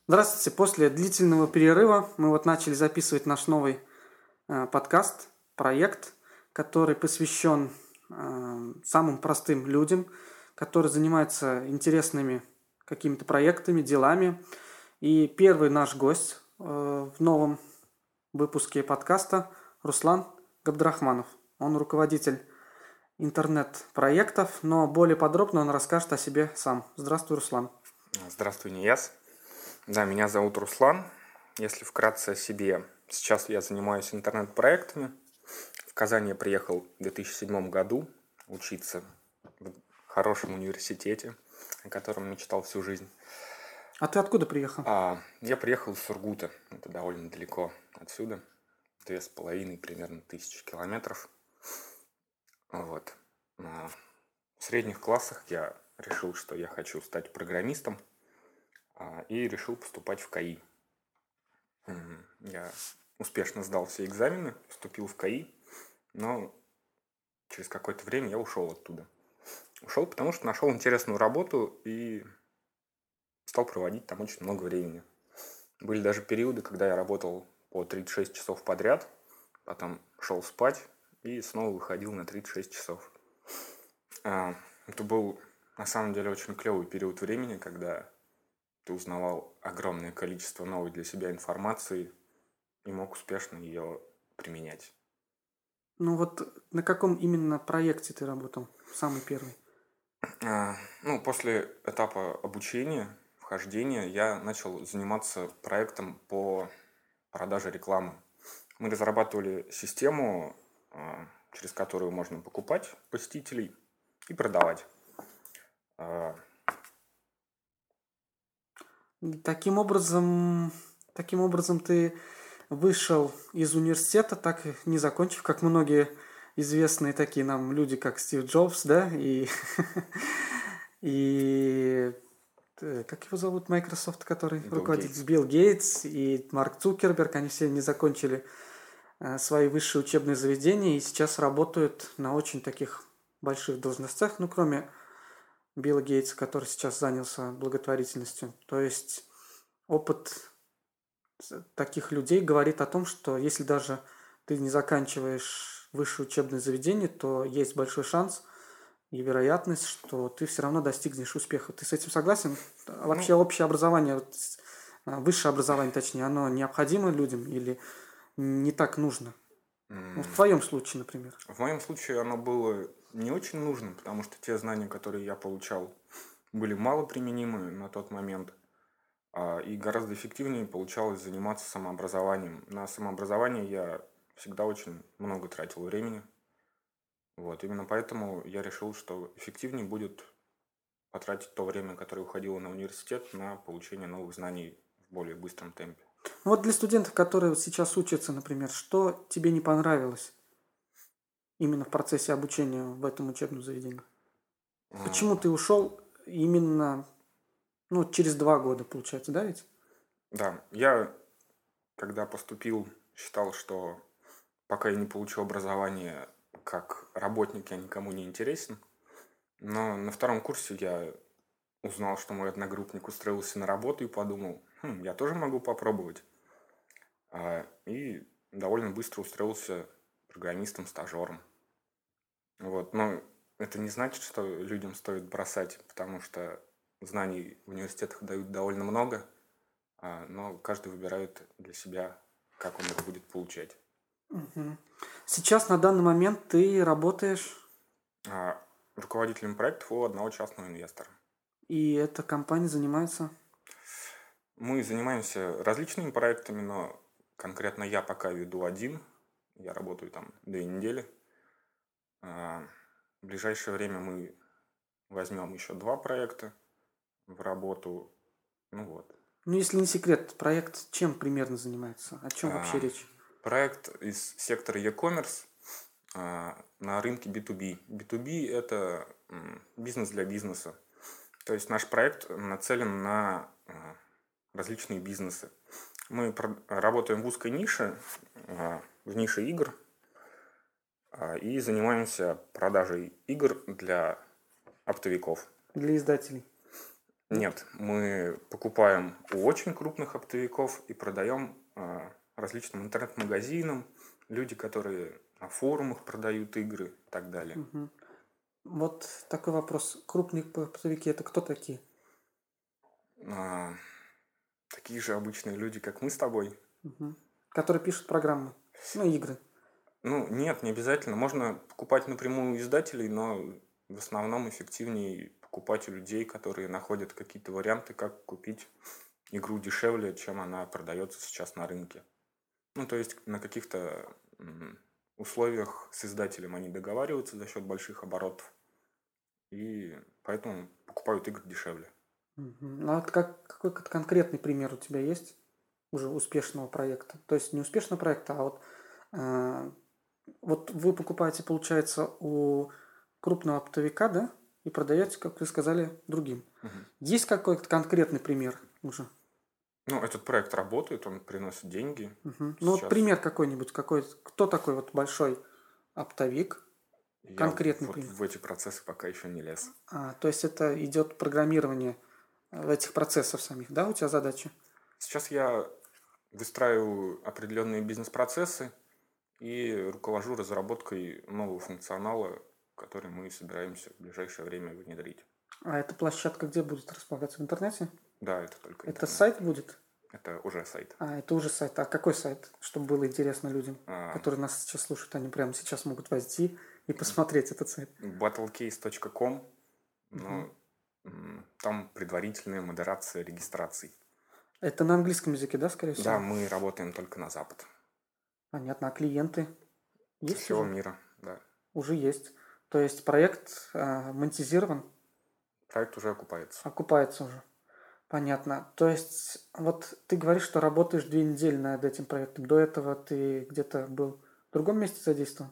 Здравствуйте. После длительного перерыва мы начали записывать наш новый подкаст, проект, который посвящен самым простым людям, которые занимаются интересными какими-то проектами, делами. И первый наш гость в новом выпуске подкаста Руслан Габдрахманов. Он руководитель интернет-проектов, но более подробно он расскажет о себе сам. Здравствуй, Руслан. Здравствуй, Нияз. Да, меня зовут Руслан. Если вкратце о себе, сейчас я занимаюсь интернет-проектами. В Казань я приехал в 2007 году учиться в хорошем университете, о котором мечтал всю жизнь. А ты откуда приехал? Я приехал из Сургута, это довольно далеко отсюда, 2,5 примерно тысячи километров. Вот. В средних классах я решил, что я хочу стать программистом, и решил поступать в КАИ. Я успешно сдал все экзамены, вступил в КАИ, но через какое-то время я ушел оттуда. Ушел, потому что нашел интересную работу и стал проводить там очень много времени. Были даже периоды, когда я работал по 36 часов подряд, потом шел спать и снова выходил на 36 часов. Это был на самом деле очень клевый период времени, когда ты узнавал огромное количество новой для себя информации и мог успешно ее применять. На каком именно проекте ты работал? Самый первый. После этапа обучения, вхождения, я начал заниматься проектом по продаже рекламы. Мы разрабатывали систему, через которую можно покупать посетителей и продавать. Таким образом ты вышел из университета, так и не закончив, как многие известные такие нам люди, как Стив Джобс, да, и как его зовут, Microsoft, который руководитель, Билл Гейтс и Марк Цукерберг, они все не закончили свои высшие учебные заведения и сейчас работают на очень таких больших должностях, кроме Билла Гейтса, который сейчас занялся благотворительностью. То есть опыт таких людей говорит о том, что если даже ты не заканчиваешь высшее учебное заведение, то есть большой шанс и вероятность, что ты все равно достигнешь успеха. Ты с этим согласен? Вообще общее образование, высшее образование, точнее, оно необходимо людям или не так нужно? В твоем случае, например. В моем случае оно было не очень нужно, потому что те знания, которые я получал, были мало применимы на тот момент. И гораздо эффективнее получалось заниматься самообразованием. На самообразование я всегда очень много тратил времени. Именно поэтому я решил, что эффективнее будет потратить то время, которое уходило на университет, на получение новых знаний в более быстром темпе. Для студентов, которые сейчас учатся, например, что тебе не понравилось именно в процессе обучения в этом учебном заведении? Почему ты ушел именно через 2 года, получается, да ведь? Да, я, когда поступил, считал, что пока я не получу образование как работник, я никому не интересен. Но на втором курсе я узнал, что мой одногруппник устроился на работу и подумал, я тоже могу попробовать. И довольно быстро устроился программистом-стажером. Но это не значит, что людям стоит бросать, потому что знаний в университетах дают довольно много, но каждый выбирает для себя, как он их будет получать. Сейчас, на данный момент, ты работаешь руководителем проектов у одного частного инвестора. И эта компания занимается? Мы занимаемся различными проектами, но конкретно я пока веду один. Я работаю там 2 недели. В ближайшее время мы возьмем еще 2 проекта в работу. Если не секрет, проект чем примерно занимается? О чем вообще речь? Проект из сектора e-commerce на рынке B2B. B2B – это бизнес для бизнеса. То есть наш проект нацелен на различные бизнесы. Мы работаем в узкой нише, в нише игр, и занимаемся продажей игр для оптовиков. Для издателей. Нет, мы покупаем у очень крупных оптовиков и продаем различным интернет-магазинам, люди, которые на форумах продают игры и так далее. Мгм. Вот такой вопрос. Крупные оптовики это кто такие? А, Такие же обычные люди, как мы с тобой. Мгм. Которые пишут программы, ну, игры. Ну, нет, не обязательно. Можно покупать напрямую у издателей, но в основном эффективнее покупать у людей, которые находят какие-то варианты, как купить игру дешевле, чем она продается сейчас на рынке. Ну, то есть на каких-то условиях с издателем они договариваются за счет больших оборотов, и поэтому покупают игры дешевле. Мгм. Ну, а какой-то конкретный пример у тебя есть уже успешного проекта? То есть не успешного проекта, а э, вот вы покупаете, получается, у крупного оптовика, да, и продаете, как вы сказали, другим. Мгм. Есть какой-то конкретный пример уже? Ну, этот проект работает, он приносит деньги. Мгм. Ну вот Сейчас пример какой-нибудь, кто такой вот большой оптовик, я конкретный вот пример. в эти процессы пока еще не лез. То есть это идет программирование этих процессов самих, да, у тебя задача? Сейчас я выстраиваю определенные бизнес-процессы и руковожу разработкой нового функционала, который мы собираемся в ближайшее время внедрить. А эта площадка где будет располагаться? В интернете? Да, это только Это интернет. сайт будет? Это уже сайт. Это уже сайт. А какой сайт? Чтобы было интересно людям, А, которые нас сейчас слушают, они прямо сейчас могут войти и посмотреть этот сайт. battlecase.com, Мгм. но там предварительная модерация регистраций. Это на английском языке, да, скорее Да, всего? мы работаем только на Запад. Понятно. А клиенты Со есть всего уже? мира, да. Уже есть. То есть проект монетизирован, Проект уже окупается. окупается уже. Понятно. То есть вот ты говоришь, что работаешь 2 недели над этим проектом. До этого ты где-то был в другом месте задействован?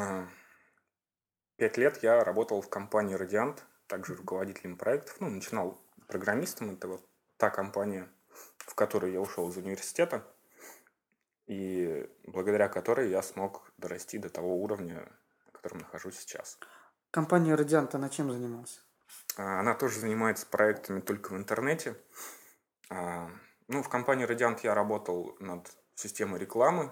5 лет я работал в компании Радиант, также руководителем проектов. Ну, начинал программистом. Это вот та компания, в которую я ушел из университета, и благодаря которой я смог дорасти до того уровня, на котором нахожусь сейчас. Компания Радиант, она чем занималась? Она тоже занимается проектами только в интернете. Ну, в компании Радиант я работал над системой рекламы,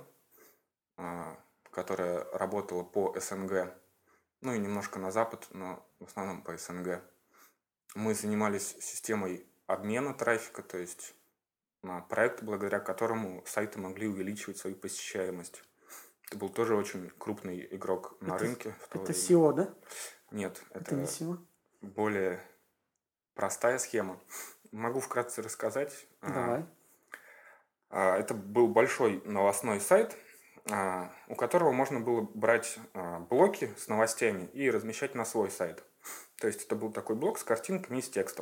которая работала по СНГ, ну и немножко на Запад, но в основном по СНГ. Мы занимались системой обмена трафика, то есть проект, благодаря которому сайты могли увеличивать свою посещаемость. Это был тоже очень крупный игрок на Это, рынке в то это время. SEO, да? Нет, Это не это SEO? более простая схема. Могу вкратце рассказать. Давай. Это был большой новостной сайт, у которого можно было брать блоки с новостями и размещать на свой сайт. То есть это был такой блок с картинками и с текстом.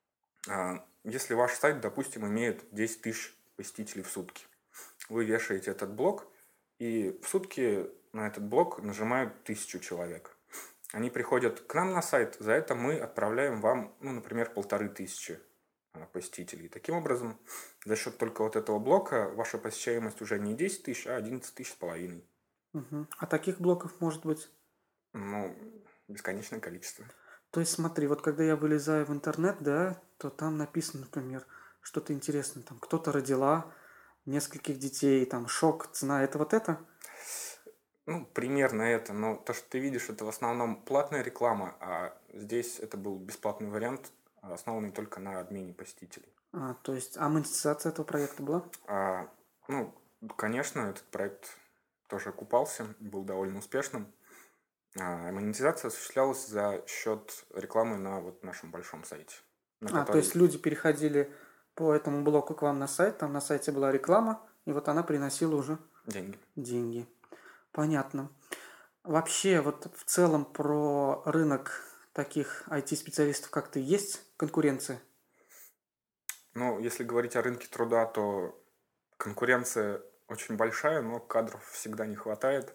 Если ваш сайт, допустим, имеет 10 тысяч посетителей в сутки, вы вешаете этот блок, и в сутки на этот блок нажимают 1000 человек. Они приходят к нам на сайт, за это мы отправляем вам, ну, например, 1500 посетителей. Таким образом, за счет только вот этого блока ваша посещаемость уже не 10 тысяч, а 11 тысяч с половиной. Мгм. А таких блоков может быть? Ну, бесконечное количество. То есть смотри, вот когда я вылезаю в интернет, да, то там написано, например, что-то интересное. Там кто-то родила нескольких детей, там шок, цена, это вот это? Ну, примерно это, но то, что ты видишь, это в основном платная реклама, а здесь это был бесплатный вариант, основанный только на обмене посетителей. То есть, а монетизация этого проекта была? Ну, конечно, этот проект тоже окупался, был довольно успешным. Монетизация осуществлялась за счет рекламы на вот нашем большом сайте, на То который есть люди переходили по этому блоку к вам на сайт, там на сайте была реклама, и вот она приносила уже деньги. деньги. Понятно. Вообще, вот в целом про рынок таких IT-специалистов, как ты, есть конкуренция? Ну, если говорить о рынке труда, то конкуренция очень большая, но кадров всегда не хватает.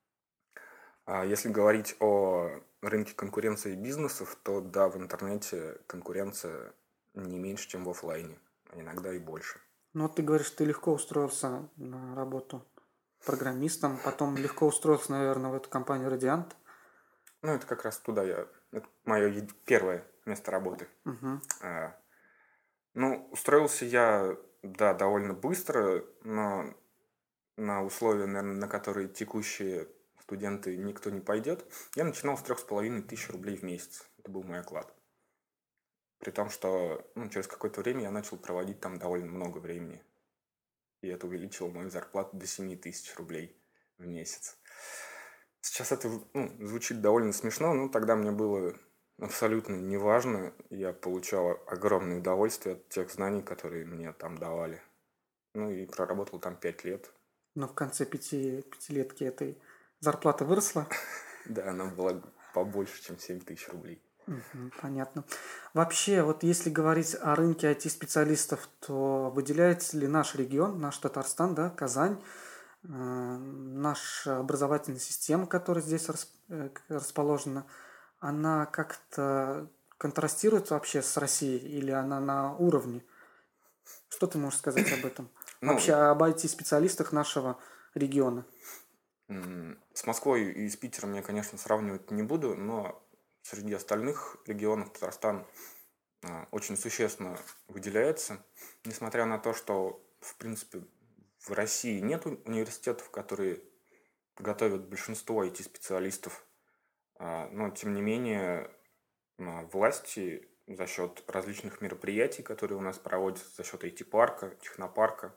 А если говорить о рынке конкуренции бизнесов, то да, в интернете конкуренция не меньше, чем в оффлайне, а иногда и больше. Ну, вот ты говоришь, ты легко устроился на работу программистом, потом легко устроился, наверное, в эту компанию Радиант. Ну, это как раз туда это мое первое место работы. Мгм. А, Ну, устроился я, да, довольно быстро, но на условия, наверное, на которые текущие студенты никто не пойдет. Я начинал с 3500 рублей в месяц. Это был мой оклад. При том, что через какое-то время я начал проводить там довольно много времени. И это увеличило мою зарплату до 7000 рублей в месяц. Сейчас это звучит довольно смешно, но тогда мне было абсолютно неважно. Я получал огромное удовольствие от тех знаний, которые мне там давали. Ну и проработал там 5 лет. Но в конце пятилетки этой зарплата выросла. Да, она была побольше, чем 7000 рублей. Понятно. Вообще, вот если говорить о рынке IT-специалистов, то выделяется ли наш регион, наш Татарстан, да, Казань, наша образовательная система, которая здесь расположена, она как-то контрастирует вообще с Россией или она на уровне? Что ты можешь сказать об этом? Ну, Вообще об IT-специалистах нашего региона. с Москвой и с Питером я, конечно, сравнивать не буду, но среди остальных регионов Татарстан очень существенно выделяется, несмотря на то, что, в принципе, в России нет университетов, которые готовят большинство IT-специалистов, но, тем не менее, власти за счет различных мероприятий, которые у нас проводятся, за счет IT-парка, технопарка,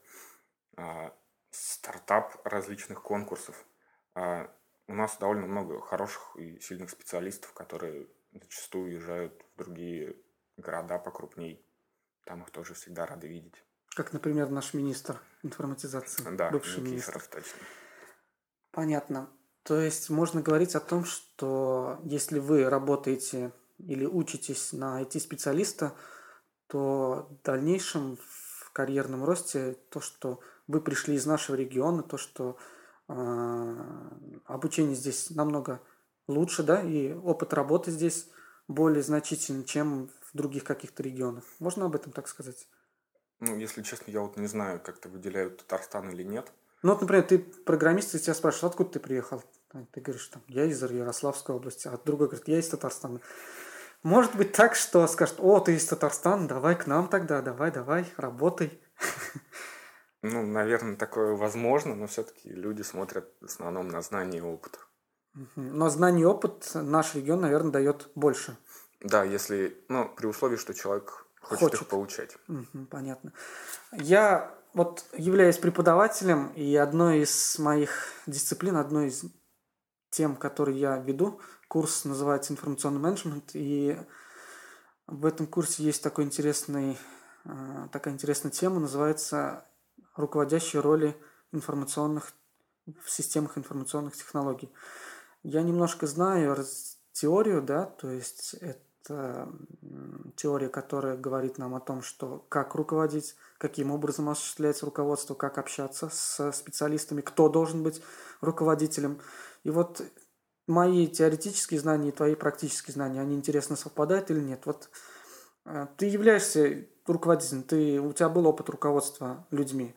стартап различных конкурсов, у нас довольно много хороших и сильных специалистов, которые зачастую уезжают в другие города покрупней. Там их тоже всегда рады видеть. Как, например, наш министр информатизации, Да, бывший министр. Никифоров, точно. Понятно. То есть можно говорить о том, что если вы работаете или учитесь на IT-специалиста, то в дальнейшем в карьерном росте то, что вы пришли из нашего региона, то, что обучение здесь намного лучше, да, и опыт работы здесь более значительный, чем в других каких-то регионах. Можно об этом так сказать? Ну, если честно, я вот не знаю, как-то выделяют Татарстан или нет. Ну, вот, например, ты программист, и тебя спрашивают, откуда ты приехал? Ты говоришь, там, я из Ярославской области, а другой говорит, я из Татарстана. Может быть так, что скажут, о, ты из Татарстана, давай к нам тогда, давай, работай. Ну, наверное, такое возможно, но все-таки люди смотрят в основном на знания и опыт. Но знаний и опыт наш регион, наверное, дает больше. Да, если, при условии, что человек хочет их получать. Понятно. Я вот являюсь преподавателем, и одной из моих дисциплин, одной из тем, которые я веду, курс называется «Информационный менеджмент», и в этом курсе есть такая интересная тема, называется «Руководящие роли информационных в системах информационных технологий». Я немножко знаю теорию, да, то есть это теория, которая говорит нам о том, что как руководить, каким образом осуществлять руководство, как общаться с специалистами, кто должен быть руководителем. И вот мои теоретические знания и твои практические знания, они интересно совпадают или нет? Вот ты являешься руководителем, у тебя был опыт руководства людьми.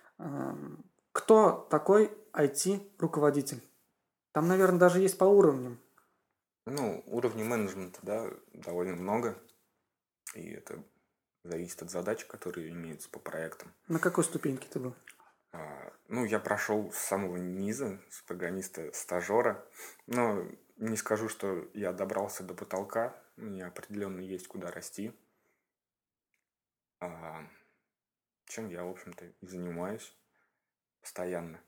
Кто такой IT-руководитель? Там, наверное, даже есть по уровням. Уровней менеджмента, да, довольно много. И это зависит от задач, которые имеются по проектам. На какой ступеньке ты был? Я прошел с самого низа, с программиста-стажера. Но не скажу, что я добрался до потолка. Мне определенно есть куда расти. Чем я, в общем-то, и занимаюсь постоянно.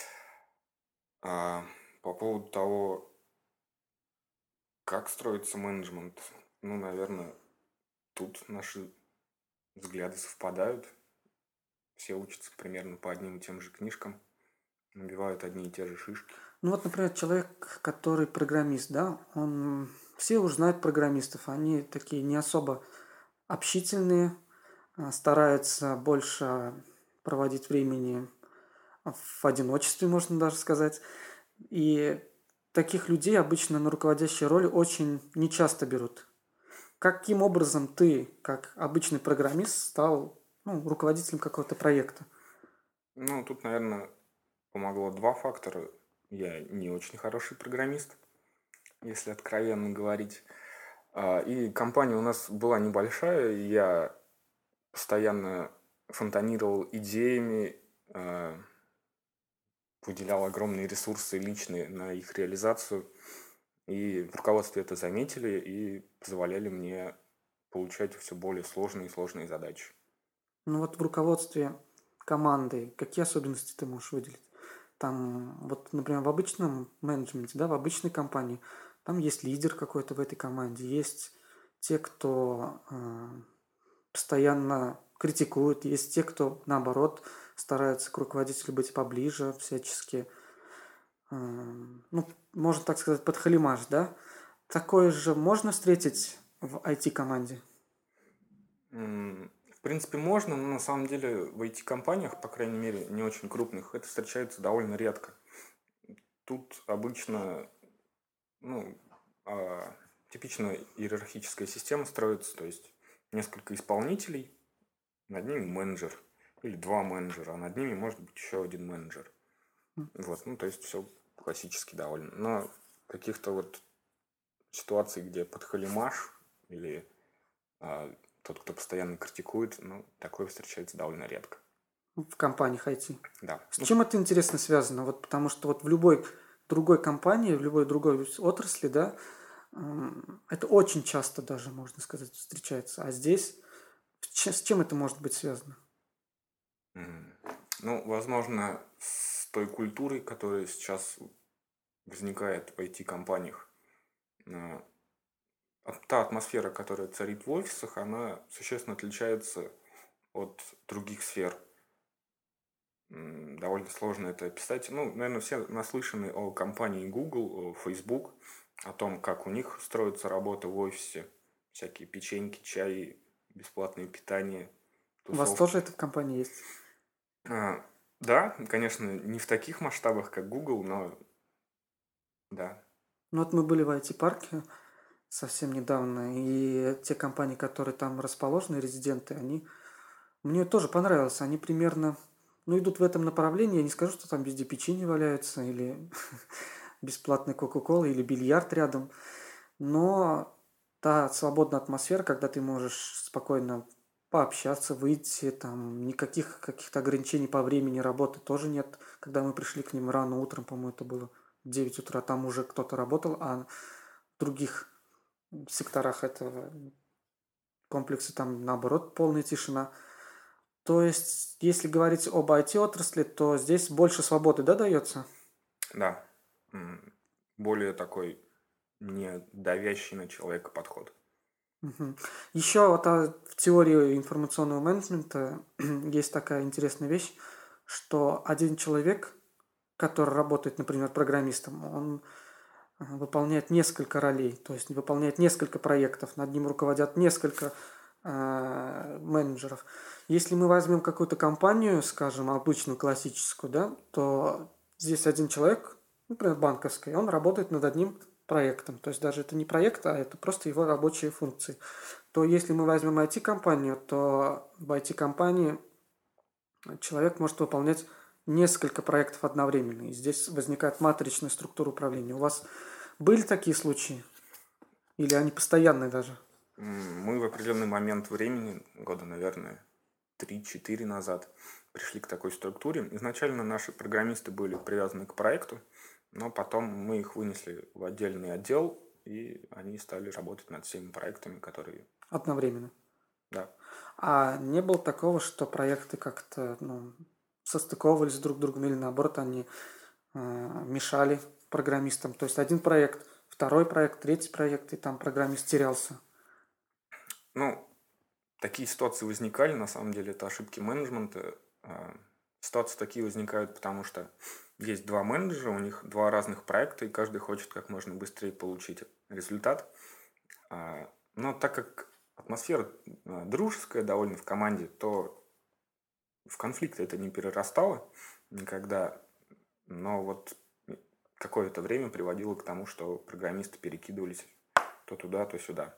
По поводу того, как строится менеджмент, наверное, тут наши взгляды совпадают. Все учатся примерно по одним и тем же книжкам, набивают одни и те же шишки. Ну вот, например, человек, который программист, да, все уже знают программистов, они такие не особо общительные, стараются больше проводить времени в одиночестве, можно даже сказать. И таких людей обычно на руководящие роли очень нечасто берут. Каким образом ты, как обычный программист, стал руководителем какого-то проекта? Тут, наверное, помогло два фактора. Я не очень хороший программист, если откровенно говорить. И компания у нас была небольшая, я постоянно фонтанировал идеями, выделял огромные ресурсы личные на их реализацию. И в руководстве это заметили и позволяли мне получать все более сложные и сложные задачи. Ну вот в руководстве команды какие особенности ты можешь выделить? Там, вот, например, в обычном менеджменте, да, в обычной компании, там есть лидер какой-то в этой команде, есть те, кто постоянно критикует, есть те, кто, наоборот, стараются к руководителю быть поближе всячески. Ну, можно так сказать, подхалимаш, да? Такое же можно встретить в IT-команде? В принципе, можно, но на самом деле в IT-компаниях, по крайней мере, не очень крупных, это встречается довольно редко. Тут обычно, ну, типично иерархическая система строится, то есть несколько исполнителей, над ними менеджер или два менеджера, а над ними может быть еще один менеджер. Вот, ну, то есть все классически довольно. Но каких-то вот ситуаций, где подхалимаш или тот, кто постоянно критикует, ну, такое встречается довольно редко. В компаниях IT. Да. С чем это интересно связано? Вот потому что вот в любой другой компании, в любой другой отрасли, да, это очень часто даже, можно сказать, встречается. А здесь с чем это может быть связано? Ну, возможно, с той культурой, которая сейчас возникает в IT-компаниях. Та атмосфера, которая царит в офисах, она существенно отличается от других сфер. Довольно сложно это описать. Ну, наверное, все наслышаны о компании Google, о Facebook, о том, как у них строится работа в офисе. Всякие печеньки, чаи, бесплатное питание, У вас тоже тусовки. это в компании есть? Да, конечно, не в таких масштабах, как Google, но да. Ну вот мы были в IT-парке совсем недавно, и те компании, которые там расположены, резиденты, они мне тоже понравилось. Они примерно, ну, идут в этом направлении. Я не скажу, что там везде печенье валяются, или бесплатная Кока-Кола, или бильярд рядом. Но та свободная атмосфера, когда ты можешь спокойно пообщаться, выйти, там никаких каких-то ограничений по времени работы тоже нет. Когда мы пришли к ним рано утром, по-моему, это было в 9 утра, там уже кто-то работал, а в других секторах этого комплекса там наоборот полная тишина. То есть, если говорить об IT-отрасли, то здесь больше свободы, да, дается? Да. Более такой не давящий на человека подход. Мгм. Еще вот в теории информационного менеджмента есть такая интересная вещь, что один человек, который работает, например, программистом, он выполняет несколько ролей, то есть выполняет несколько проектов, над ним руководят несколько менеджеров. Если мы возьмем какую-то компанию, скажем, обычную классическую, да, то здесь один человек, например, банковский, он работает над одним проектом. То есть даже это не проект, а это просто его рабочие функции. То если мы возьмем IT-компанию, то в IT-компании человек может выполнять несколько проектов одновременно. И здесь возникает матричная структура управления. У вас были такие случаи? Или они постоянные даже? Мы в определенный момент времени, года, наверное, 3-4 назад, пришли к такой структуре. Изначально наши программисты были привязаны к проекту, но потом мы их вынесли в отдельный отдел, и они стали работать над всеми проектами, которые... Одновременно. Да. А не было такого, что проекты как-то состыковывались друг с другом, или наоборот, они мешали программистам? То есть один проект, второй проект, третий проект, и там программист терялся. Ну, такие ситуации возникали, на самом деле, это ошибки менеджмента. Ситуации такие возникают, потому что есть два менеджера, у них два разных проекта, и каждый хочет как можно быстрее получить результат. Но так как атмосфера дружеская довольно в команде, то в конфликты это не перерастало никогда. Но вот какое-то время приводило к тому, что программисты перекидывались то туда, то сюда.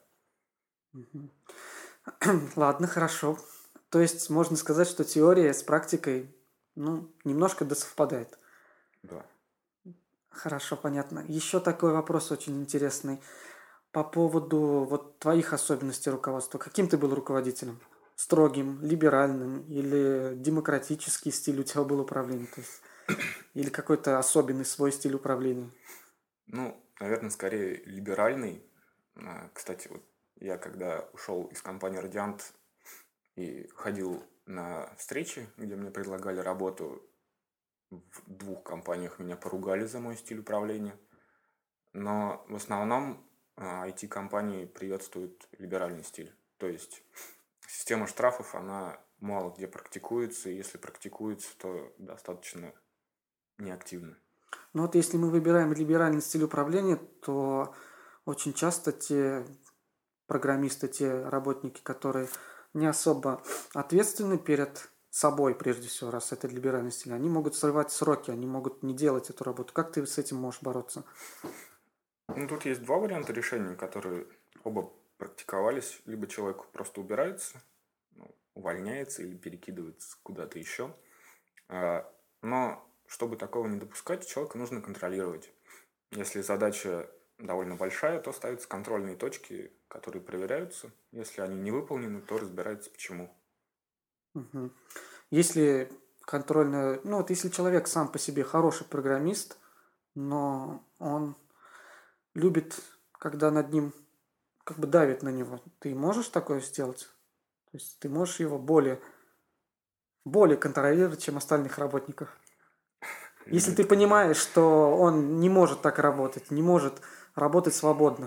Ладно, хорошо. То есть можно сказать, что теория с практикой, немножко совпадает. Да. Хорошо, понятно. Еще такой вопрос очень интересный по поводу вот твоих особенностей руководства. Каким ты был руководителем? строгим, либеральным или демократический стиль у тебя был управления? То есть, или какой-то особенный свой стиль управления? Ну, наверное, скорее либеральный. Кстати, вот я когда ушел из компании «Радиант» и ходил на встречи, где мне предлагали работу, в двух компаниях меня поругали за мой стиль управления. Но в основном IT-компании приветствуют либеральный стиль. То есть система штрафов, она мало где практикуется, и если практикуется, то достаточно неактивно. Ну вот если мы выбираем либеральный стиль управления, то очень часто те программисты, те работники, которые не особо ответственны перед собой, прежде всего, раз это либеральный стиль, они могут срывать сроки, они могут не делать эту работу. Как ты с этим можешь бороться? Ну, тут есть два варианта решения, которые оба практиковались. Либо человек просто убирается, увольняется или перекидывается куда-то еще. Но чтобы такого не допускать, человека нужно контролировать. Если задача довольно большая, то ставятся контрольные точки, которые проверяются. Если они не выполнены, то разбирается почему. Мгм. Если контрольная, ну вот если человек сам по себе хороший программист, но он любит, когда над ним как бы давит на него, ты можешь такое сделать? То есть ты можешь его более контролировать, чем остальных работников. Если ты Любит, когда... понимаешь, что он не может так работать, не может работать свободно.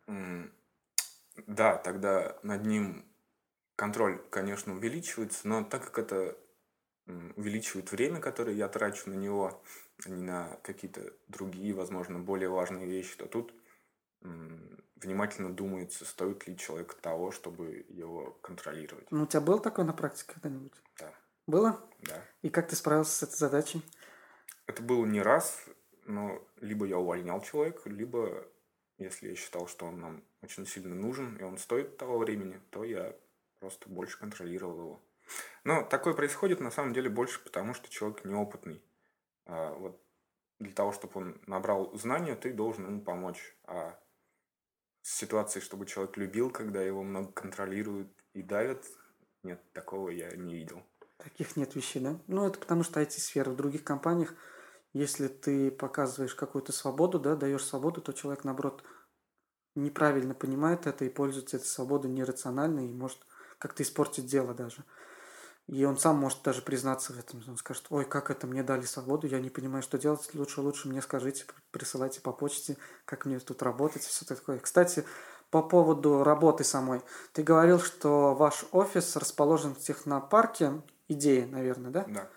Да, тогда над ним контроль, конечно, увеличивается, но так как это увеличивает время, которое я трачу на него, а не на какие-то другие, возможно, более важные вещи, то тут внимательно думается, стоит ли человек того, чтобы его контролировать. Ну, у тебя был такое на практике когда-нибудь? Да, Было? да. И как ты справился с этой задачей? Это было не раз, но либо я увольнял человека, либо, если я считал, что он нам очень сильно нужен, и он стоит того времени, то я просто больше контролировал его. Но такое происходит на самом деле больше потому, что человек неопытный. Вот для того, чтобы он набрал знания, ты должен ему помочь. А с ситуацией, чтобы человек любил, когда его много контролируют и давят, нет, такого я не видел. Таких нет вещей, да? Ну, это потому что IT-сфера. В других компаниях, если ты показываешь какую-то свободу, да, даешь свободу, то человек, наоборот, неправильно понимает это и пользуется этой свободой нерационально и может как-то испортить дело даже. И он сам может даже признаться в этом. Он скажет: ой, как это, мне дали свободу, я не понимаю, что делать, лучше мне скажите, присылайте по почте, как мне тут работать и все такое. Кстати, по поводу работы самой. Ты говорил, что ваш офис расположен в технопарке, идея, наверное, да? Да.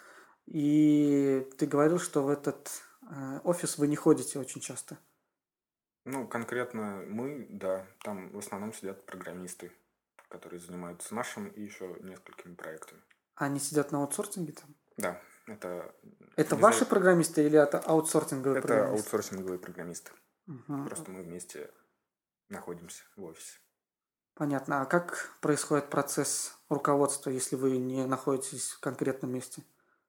И ты говорил, что в этот офис вы не ходите очень часто. Ну, конкретно мы, да, там в основном сидят программисты, которые занимаются нашим и еще несколькими проектами. Они сидят на аутсорсинге там? Да, это, Это ваши незав- программисты или это аутсорсинговые это программисты? аутсорсинговые программисты. Мгм. Просто мы вместе находимся в офисе. Понятно. А как происходит процесс руководства, если вы не находитесь в конкретном месте?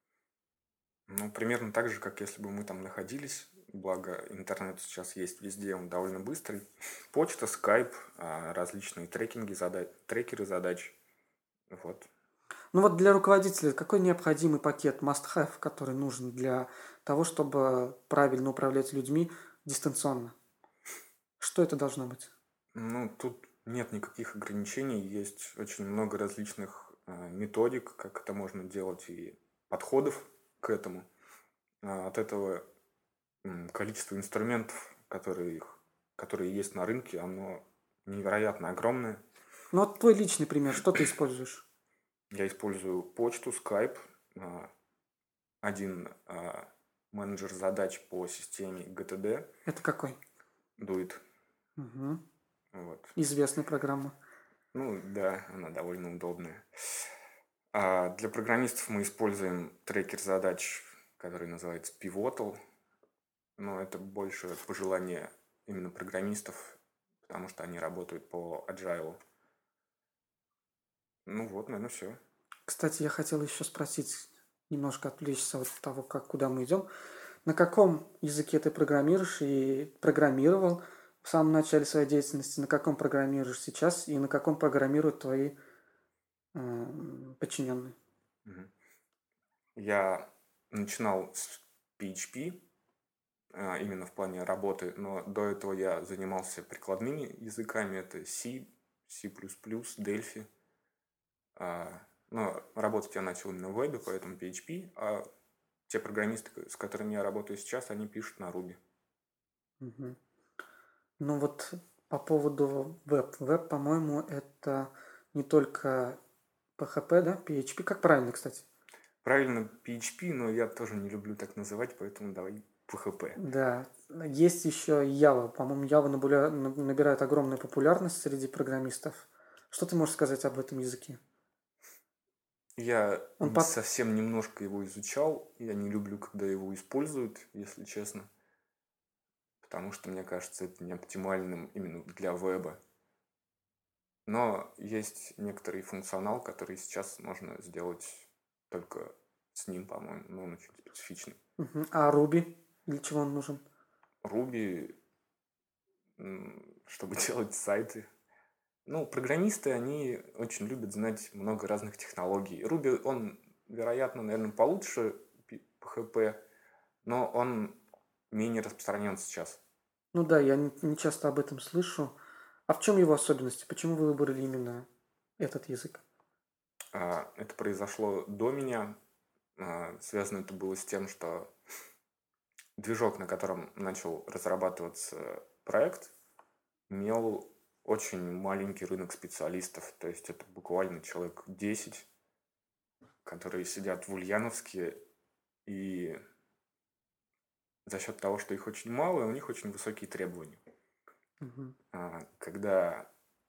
Ну, примерно так же, как если бы мы там находились. Благо, интернет сейчас есть везде, он довольно быстрый. Почта, скайп, различные трекеры задач. Вот. Ну вот для руководителя какой необходимый пакет must-have, который нужен для того, чтобы правильно управлять людьми дистанционно? Что это должно быть? Ну, тут нет никаких ограничений, есть очень много различных методик, как это можно делать, и подходов к этому. От этого количество инструментов, которые есть на рынке, оно невероятно огромное. Ну вот твой личный пример, что ты используешь? Я использую почту, Skype, один менеджер задач по системе GTD, Это какой? Duet. Мгм. Вот. Известная программа. Ну да, она довольно удобная. А для программистов мы используем трекер задач, который называется Pivotal. Но это больше пожелание именно программистов, потому что они работают по Agile. Ну вот, наверное, все. Кстати, я хотел еще спросить, немножко отвлечься от того, куда мы идем. На каком языке ты программируешь и программировал в самом начале своей деятельности, на каком программируешь сейчас и на каком программируют твои подчиненные. Мгм. Я начинал с PHP, именно в плане работы, но до этого я занимался прикладными языками, это C, C++, Delphi. Но работать я начал именно в вебе, поэтому PHP, а те программисты, с которыми я работаю сейчас, они пишут на Ruby. Мгм. Ну вот по поводу веб. Веб, по-моему, это не только PHP, да? PHP, как правильно, кстати? Правильно, PHP, но я тоже не люблю так называть, поэтому давай PHP. Да, есть еще Java. По-моему, Java набирает огромную популярность среди программистов. Что ты можешь сказать об этом языке? Я Он под... совсем немножко его изучал, я не люблю, когда его используют, если честно, потому что, мне кажется, это не оптимальным именно для веба. Но есть некоторый функционал, который сейчас можно сделать только с ним, по-моему, но он очень специфичный. Мгм. А Ruby? Для чего он нужен? Ruby, чтобы делать сайты. Ну, программисты, они очень любят знать много разных технологий. Ruby, он, вероятно, наверное, получше PHP, но он менее распространен сейчас. Ну да, я не часто об этом слышу. А в чем его особенности? Почему вы выбрали именно этот язык? Это произошло до меня. Связано это было с тем, что движок, на котором начал разрабатываться проект, имел очень маленький рынок специалистов. То есть это буквально человек 10, которые сидят в Ульяновске, и за счет того, что их очень мало, у них очень высокие требования. Мгм. Когда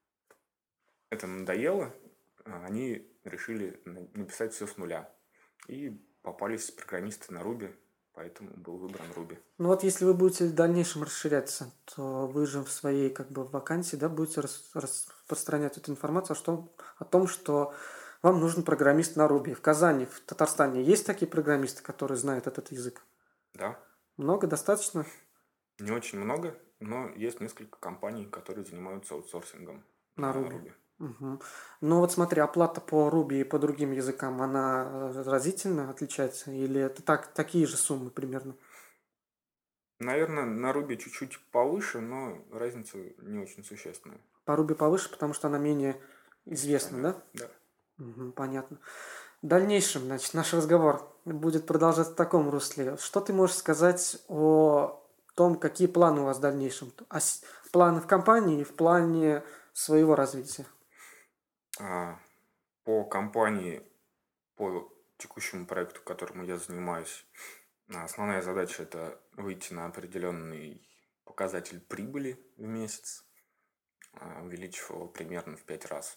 это надоело, они решили написать все с нуля. И попались программисты на Ruby, поэтому был выбран Ruby. Ну вот если вы будете в дальнейшем расширяться, то вы же в своей как бы вакансии, да, будете распространять эту информацию о том, что вам нужен программист на Ruby. В Казани, в Татарстане есть такие программисты, которые знают этот язык? Да, Много, достаточно? не очень много, но есть несколько компаний, которые занимаются аутсорсингом На на Ruby. Ruby. Мгм. Ну вот смотри, оплата по Ruby и по другим языкам, она разительно отличается? Или это такие же суммы примерно? Наверное, на Ruby чуть-чуть повыше, но разница не очень существенная. По Ruby повыше, потому что она менее известна, Распространена. да? Да. Мгм, понятно. В дальнейшем, значит, наш разговор будет продолжаться в таком русле. Что ты можешь сказать о том, какие планы у вас в дальнейшем? Планы в компании и в плане своего развития? А, По компании, по текущему проекту, которому я занимаюсь, основная задача – это выйти на определенный показатель прибыли в месяц, увеличив его примерно в 5 раз.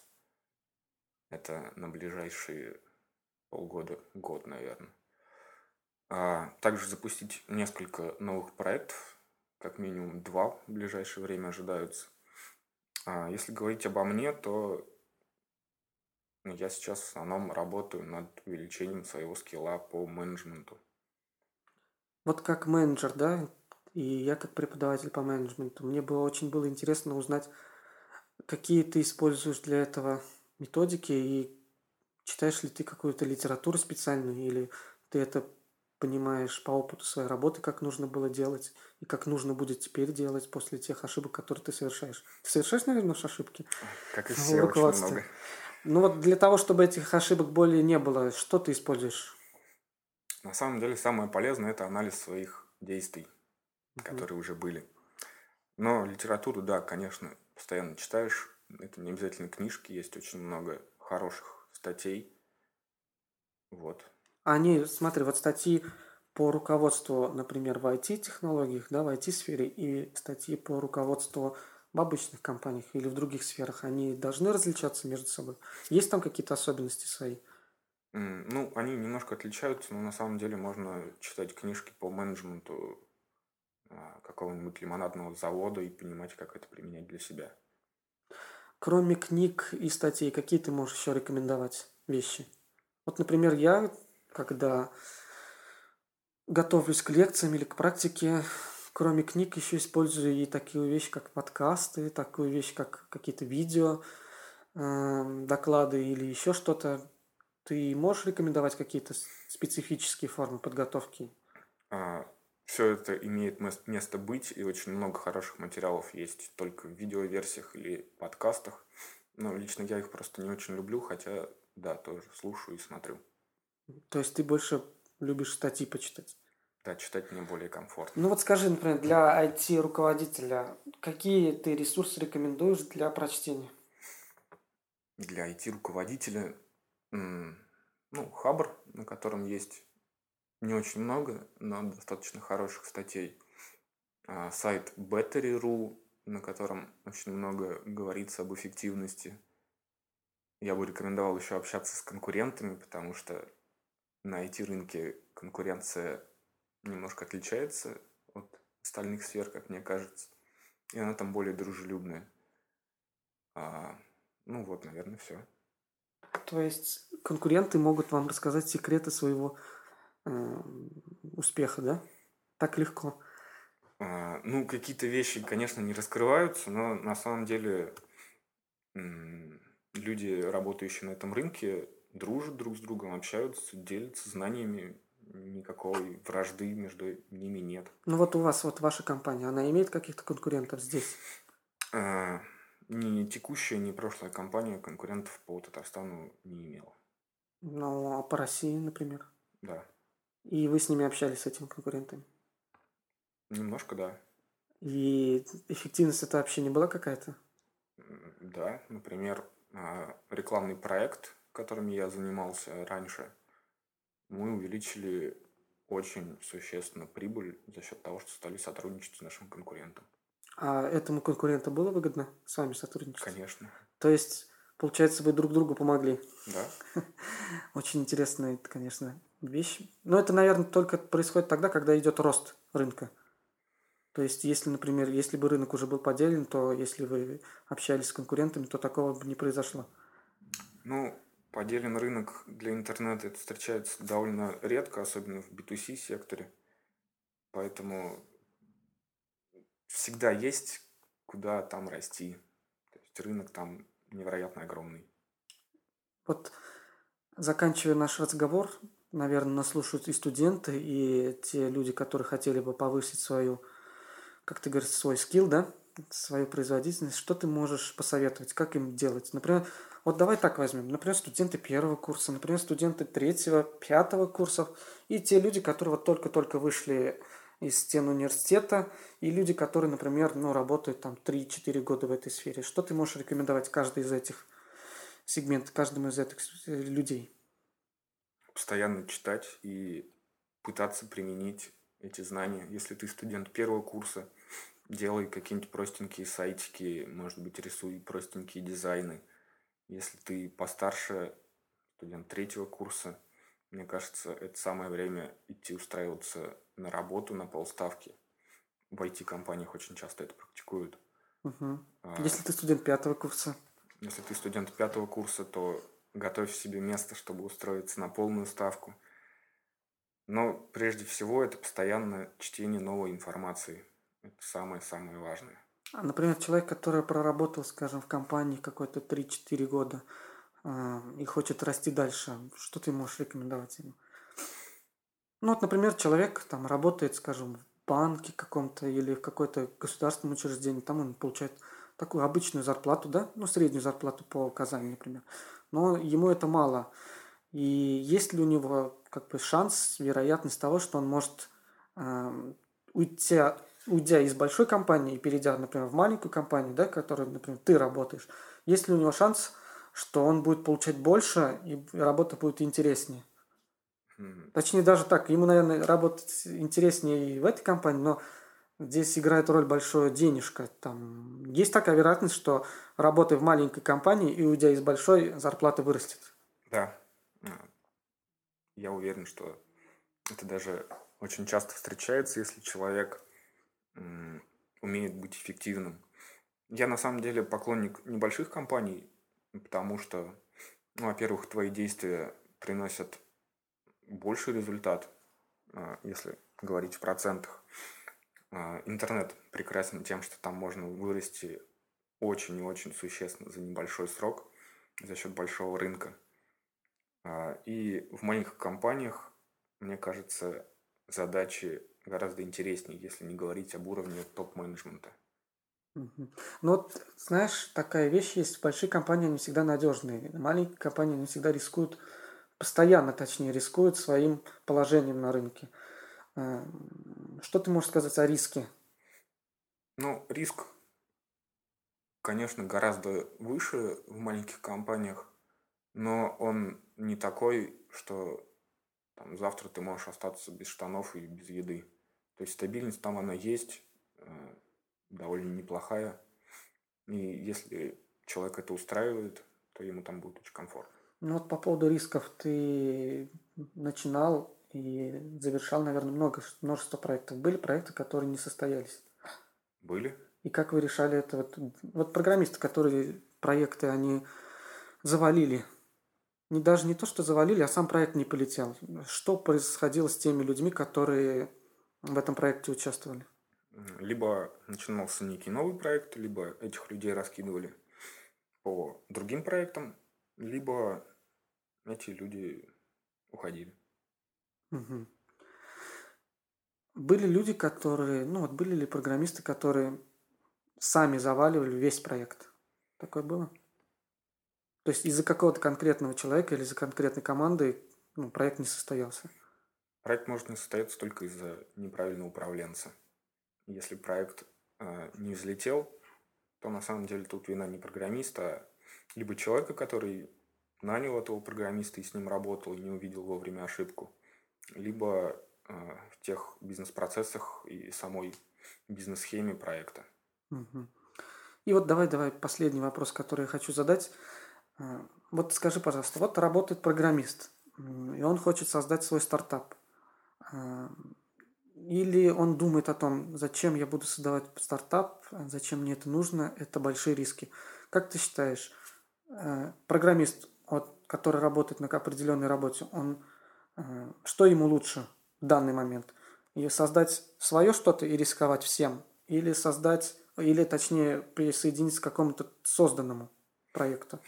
Это на ближайшие полгода, год, наверное. Также запустить несколько новых проектов, как минимум 2 в ближайшее время ожидаются. Если говорить обо мне, то я сейчас в основном работаю над увеличением своего скилла по менеджменту. Вот как менеджер, да, и я как преподаватель по менеджменту, мне бы очень было интересно узнать, какие ты используешь для этого методики и читаешь ли ты какую-то литературу специальную или ты это понимаешь по опыту своей работы, как нужно было делать и как нужно будет теперь делать после тех ошибок, которые ты совершаешь. Ты совершаешь, наверное, ошибки Как и в все, очень руководстве. много. Ну вот для того, чтобы этих ошибок более не было, что ты используешь? На самом деле, самое полезное – это анализ своих действий, Мгм. которые уже были. Но литературу, да, конечно, постоянно читаешь. Это не обязательно книжки, есть очень много хороших статей. Вот. Они, смотри, вот статьи по руководству, например, в IT-технологиях, да, в IT-сфере, и статьи по руководству в обычных компаниях или в других сферах, они должны различаться между собой? Есть там какие-то особенности свои? Ну, они немножко отличаются, но на самом деле можно читать книжки по менеджменту какого-нибудь лимонадного завода и понимать, как это применять для себя. Кроме книг и статей, какие ты можешь еще рекомендовать вещи? Вот, например, я, когда готовлюсь к лекциям или к практике, кроме книг, еще использую и такие вещи, как подкасты, такую вещь, как какие-то видео, доклады или еще что-то, ты можешь рекомендовать какие-то специфические формы подготовки? Все это имеет место быть, и очень много хороших материалов есть только в видеоверсиях или подкастах. Но лично я их просто не очень люблю, хотя, да, тоже слушаю и смотрю. То есть ты больше любишь статьи почитать? Да, читать мне более комфортно. Ну вот скажи, например, для IT-руководителя, какие ты ресурсы рекомендуешь для прочтения? Для IT-руководителя, ну, Хабр, на котором есть не очень много, но достаточно хороших статей. Сайт Battery.ru, на котором очень много говорится об эффективности. Я бы рекомендовал еще общаться с конкурентами, потому что на IT-рынке конкуренция немножко отличается от остальных сфер, как мне кажется. И она там более дружелюбная. Ну вот, наверное, все. То есть конкуренты могут вам рассказать секреты своего успеха, да? Так легко. Ну, какие-то вещи, конечно, не раскрываются, но на самом деле люди, работающие на этом рынке, дружат друг с другом, общаются, делятся знаниями, никакой вражды между ними нет. Ну вот у вас, вот ваша компания, она имеет каких-то конкурентов здесь? Ни текущая, ни прошлая компания конкурентов по Татарстану не имела. Ну, а по России, например? Да, И вы с ними общались, с этими конкурентами? немножко да. И эффективность это вообще не была какая-то? Да, например, рекламный проект, которым я занимался раньше, мы увеличили очень существенно прибыль за счет того, что стали сотрудничать с нашим конкурентом. А этому конкуренту было выгодно с вами сотрудничать? Конечно. То есть, получается, вы друг другу помогли? Да. Очень интересная, конечно, вещь. Но это, наверное, только происходит тогда, когда идет рост рынка. То есть, если, например, если бы рынок уже был поделен, то если вы общались с конкурентами, то такого бы не произошло. Ну, поделен рынок для интернета это встречается довольно редко, особенно в B2C секторе. Поэтому всегда есть куда там расти. То есть рынок там невероятно огромный. Вот, заканчивая наш разговор, наверное, нас слушают и студенты, и те люди, которые хотели бы повысить свою, как ты говоришь, свой скилл, да, свою производительность. Что ты можешь посоветовать, как им делать? Например, вот давай так возьмем. Например, студенты первого курса, например, студенты третьего, пятого курсов и те люди, которые вот только-только вышли из стен университета, и люди, которые, например, ну, работают там 3-4 года в этой сфере. Что ты можешь рекомендовать каждый из этих сегментов, каждому из этих людей? Постоянно читать и пытаться применить эти знания. Если ты студент первого курса, делай какие-нибудь простенькие сайтики, может быть, рисуй простенькие дизайны. Если ты постарше, студент третьего курса, мне кажется, это самое время идти устраиваться на работу на полставки. В IT-компаниях очень часто это практикуют. Угу. А Если ты студент пятого курса, Если ты студент пятого курса, то готовь себе место, чтобы устроиться на полную ставку. Но прежде всего это постоянное чтение новой информации. Это самое-самое важное. например, человек, который проработал, скажем, в компании какой-то 3-4 года и хочет расти дальше, что ты можешь рекомендовать ему? Ну вот, например, человек там работает, скажем, в банке каком-то или в какой-то государственном учреждении, там он получает такую обычную зарплату, да, ну среднюю зарплату по Казани, например, но ему это мало. И есть ли у него как бы шанс, вероятность того, что он может уйти, уйдя из большой компании и перейдя, например, в маленькую компанию, да, в которой, например, ты работаешь, есть ли у него шанс, что он будет получать больше и работа будет интереснее? Точнее, даже так, ему, наверное, работать интереснее и в этой компании, но здесь играет роль большое денежка. Там есть такая вероятность, что работая в маленькой компании и уйдя из большой, зарплата вырастет. Да, я уверен, что это даже очень часто встречается, если человек умеет быть эффективным. Я на самом деле поклонник небольших компаний, потому что, ну, во-первых, твои действия приносят больший результат, если говорить в процентах. Интернет прекрасен тем, что там можно вырасти очень и очень существенно за небольшой срок. за счет большого рынка. И в маленьких компаниях, мне кажется, задачи гораздо интереснее, если не говорить об уровне топ-менеджмента. Мгм. Ну вот, знаешь, такая вещь есть. Большие компании, они всегда надежные. Маленькие компании, они всегда рискуют, постоянно, точнее, рискуют своим положением на рынке. Что ты можешь сказать о риске? Ну, риск, конечно, гораздо выше в маленьких компаниях, но он не такой, что там, завтра ты можешь остаться без штанов и без еды. То есть стабильность там она есть, довольно неплохая. И если человек это устраивает, то ему там будет очень комфортно. Ну вот по поводу рисков ты начинал и завершал, наверное, множество проектов. Были проекты, которые не состоялись. Были? И как вы решали это? Вот программисты, которые проекты, они завалили. Даже не то, что завалили, а сам проект не полетел. Что происходило с теми людьми, которые в этом проекте участвовали? Либо начинался некий новый проект, либо этих людей раскидывали по другим проектам, либо эти люди уходили. Мгм. Были люди, которые, ну вот были ли программисты, которые сами заваливали весь проект? Такое было? То есть из-за какого-то конкретного человека или из-за конкретной команды, ну, проект не состоялся. Проект может не состояться только из-за неправильного управленца. Если проект не взлетел, то на самом деле тут вина не программиста, а либо человека, который нанял этого программиста и с ним работал и не увидел вовремя ошибку, либо в тех бизнес-процессах и самой бизнес-схеме проекта. Мгм. И вот давай последний вопрос, который я хочу задать. Вот скажи, пожалуйста, вот работает программист, и он хочет создать свой стартап. А, Или он думает о том, зачем я буду создавать стартап, зачем мне это нужно, это большие риски. Как ты считаешь, программист, вот, который работает на определенной работе, что ему лучше в данный момент? И создать свое что-то и рисковать всем? Или создать, или точнее присоединиться к какому-то созданному проекту?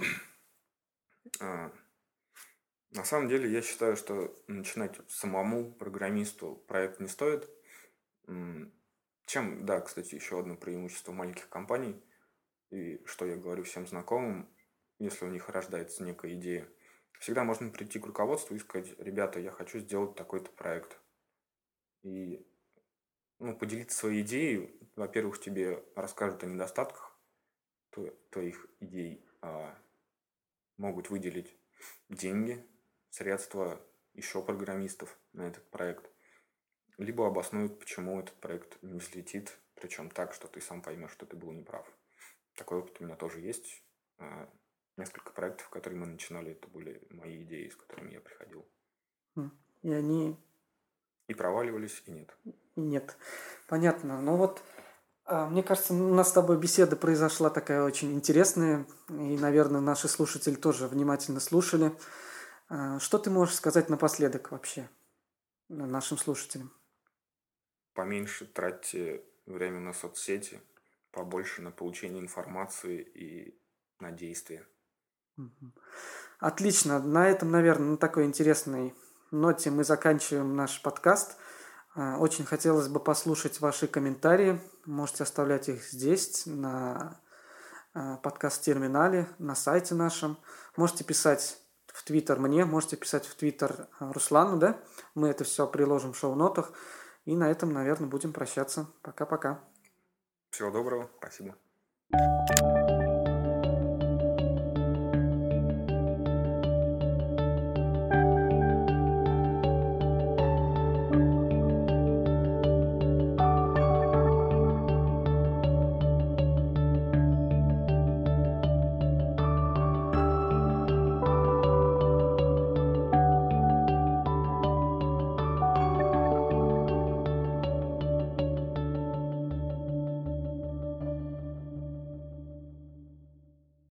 А, На самом деле я считаю, что начинать самому программисту проект не стоит. Чем, да, кстати, еще одно преимущество маленьких компаний, и что я говорю всем знакомым, если у них рождается некая идея, всегда можно прийти к руководству и сказать: ребята, я хочу сделать такой-то проект. И поделиться своей идеей, во-первых, тебе расскажут о недостатках твоих идей, могут выделить деньги, средства, еще программистов на этот проект, либо обоснуют, почему этот проект не взлетит, причем так, что ты сам поймешь, что ты был неправ. Такой опыт у меня тоже есть. Несколько проектов, которые мы начинали, это были мои идеи, с которыми я приходил. И они И проваливались, и нет. нет. Понятно. Ну вот, мне кажется, у нас с тобой беседа произошла такая очень интересная, и, наверное, наши слушатели тоже внимательно слушали. Что ты можешь сказать напоследок вообще нашим слушателям? Поменьше тратьте время на соцсети, побольше на получение информации и на действия. Отлично. На этом, наверное, на такой интересной ноте мы заканчиваем наш подкаст. Очень хотелось бы послушать ваши комментарии. Можете оставлять их здесь, на подкаст-терминале, на сайте нашем. Можете писать в Твиттер мне, можете писать в Твиттер Руслану, да? Мы это все приложим в шоу-нотах. И на этом, наверное, будем прощаться. Пока-пока. Всего доброго, спасибо.